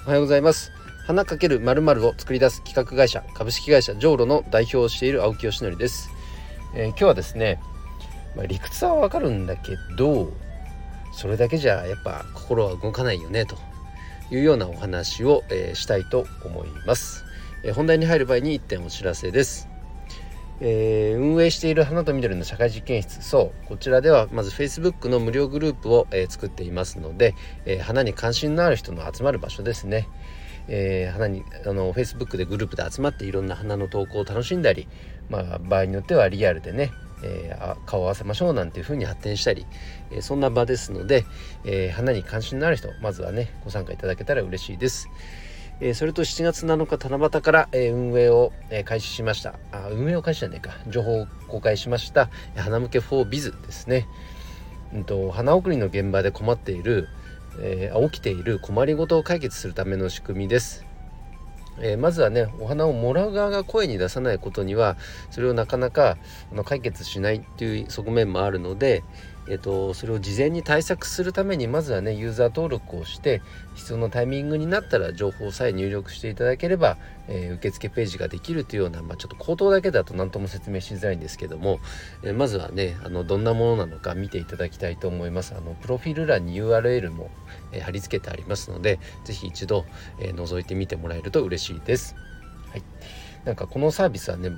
おはようございます。花×〇〇を作り出す企画会社株式会社ジョーロの代表をしている青木よしのりです。今日はですね、理屈はわかるんだけどそれだけじゃやっぱ心は動かないよねというようなお話を、したいと思います。本題に入る前に1点お知らせです。運営している花と緑の社会実験室、こちらではまず Facebook の無料グループを、作っていますので、花に関心のある人の集まる場所ですね。花にFacebook でグループで集まっていろんな花の投稿を楽しんだり、場合によってはリアルでね、顔を合わせましょうなんていう風に発展したり、そんな場ですので、花に関心のある人まずはねご参加いただけたら嬉しいです。それと7月7日七夕から、運営を、開始しました。情報を公開しました花向け 4biz ですね。花送りの現場で困っている、起きている困りごとを解決するための仕組みです。まずはね、お花をもらう側が声に出さないことにはそれをなかなか解決しないっていう側面もあるので、それを事前に対策するためにまずはねユーザー登録をして必要なタイミングになったら情報さえ入力していただければ、受付ページができるというような、ちょっと口頭だけだと何とも説明しづらいんですけども、まずはねどんなものなのか見ていただきたいと思います。プロフィール欄に URL も、貼り付けてありますのでぜひ一度、覗いてみてもらえると嬉しいです。はい、なんかこのサービスはね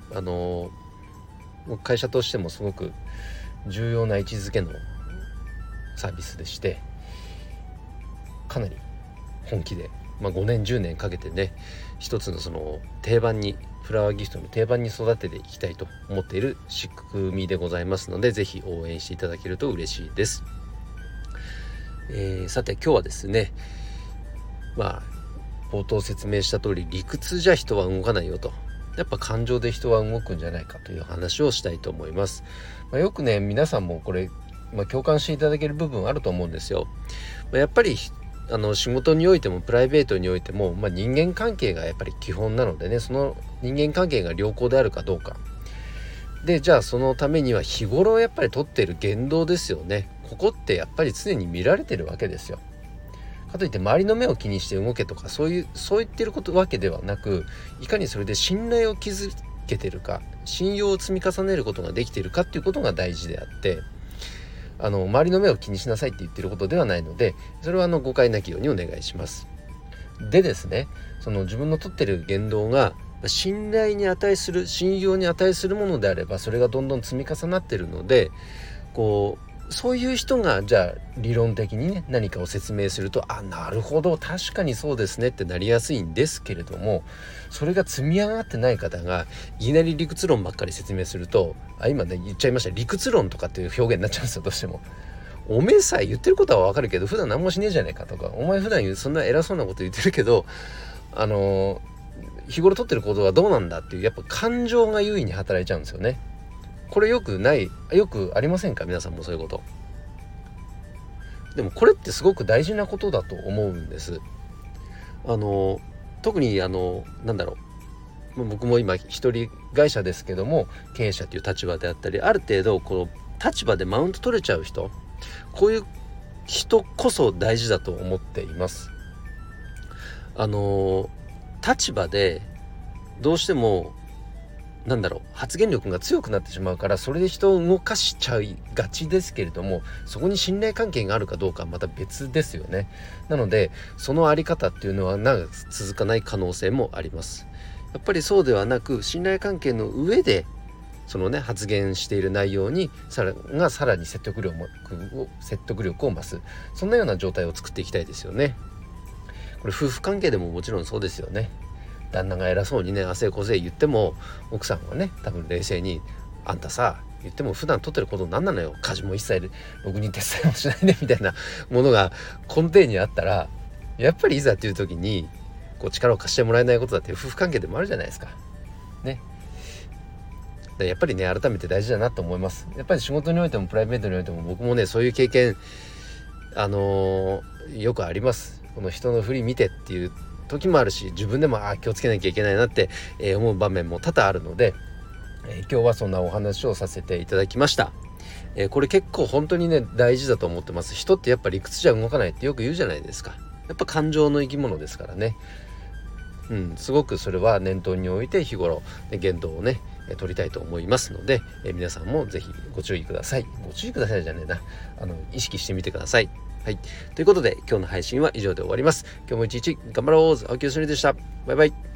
会社としてもすごく重要な位置づけのサービスでして、かなり本気で、5年10年かけてね一つのその定番にフラワーギフトの定番に育てていきたいと思っている仕組みでございますのでぜひ応援していただけると嬉しいです。さて今日はですね冒頭説明した通り理屈じゃ人は動かないよと、やっぱ感情で人は動くんじゃないかという話をしたいと思います。よくね皆さんもこれ、共感していただける部分あると思うんですよ。やっぱり仕事においてもプライベートにおいても、人間関係がやっぱり基本なのでね、その人間関係が良好であるかどうかで、じゃあそのためには日頃やっぱり取っている言動ですよね。ここってやっぱり常に見られてるわけですよ。かといって周りの目を気にして動けとかそう言ってるわけではなく、いかにそれで信頼を築けてるか、信用を積み重ねることができているかっていうことが大事であって、周りの目を気にしなさいって言ってることではないので、それは誤解なきようにお願いします。でですね、その自分の取ってる言動が信頼に値する、信用に値するものであればそれがどんどん積み重なっているので、そういう人がじゃあ理論的にね何かを説明すると、なるほど確かにそうですねってなりやすいんですけれども、それが積み上がってない方がいきなり理屈論ばっかり説明すると、今ね言っちゃいました、理屈論とかっていう表現になっちゃうんですよ。どうしてもおめえさえ言ってることはわかるけど普段何もしねえじゃねえかとか、お前普段そんな偉そうなこと言ってるけど日頃取ってる行動はどうなんだっていう、やっぱ感情が優位に働いちゃうんですよね。これよくありませんか？皆さんもそういうこと。でもこれってすごく大事なことだと思うんです。特に僕も今一人会社ですけども経営者という立場であったり、ある程度この立場でマウント取れちゃう人、こういう人こそ大事だと思っています。立場でどうしても発言力が強くなってしまうから、それで人を動かしちゃいがちですけれども、そこに信頼関係があるかどうかはまた別ですよね。なのでそのあり方っていうのは長く続かない可能性もあります。やっぱりそうではなく、信頼関係の上でそのね発言している内容にさらに説得力を増す、そんなような状態を作っていきたいですよね。これ夫婦関係でももちろんそうですよね。旦那が偉そうにねあせいこせい言っても、奥さんはね多分冷静に、あんたさ言っても普段取ってること何なのよ、家事も一切ろくに手伝いもしないでみたいなものが根底にあったら、やっぱりいざっていう時に力を貸してもらえないことだって夫婦関係でもあるじゃないですかね。やっぱりね改めて大事だなと思います。やっぱり仕事においてもプライベートにおいても僕もねそういう経験よくあります。この人の振り見てっていう時もあるし、自分でも気をつけなきゃいけないなって、思う場面も多々あるので、今日はそんなお話をさせていただきました。これ結構本当にね大事だと思ってます。人ってやっぱ理屈じゃ動かないってよく言うじゃないですか。 やっぱ感情の生き物ですからね。すごくそれは念頭に置いて日頃言動をね取りたいと思いますので、皆さんもぜひご注意ください。ご注意くださいじゃねえな、意識してみてください。はい、ということで今日の配信は以上で終わります。今日も一日頑張ろう。青木よしのりでした。バイバイ。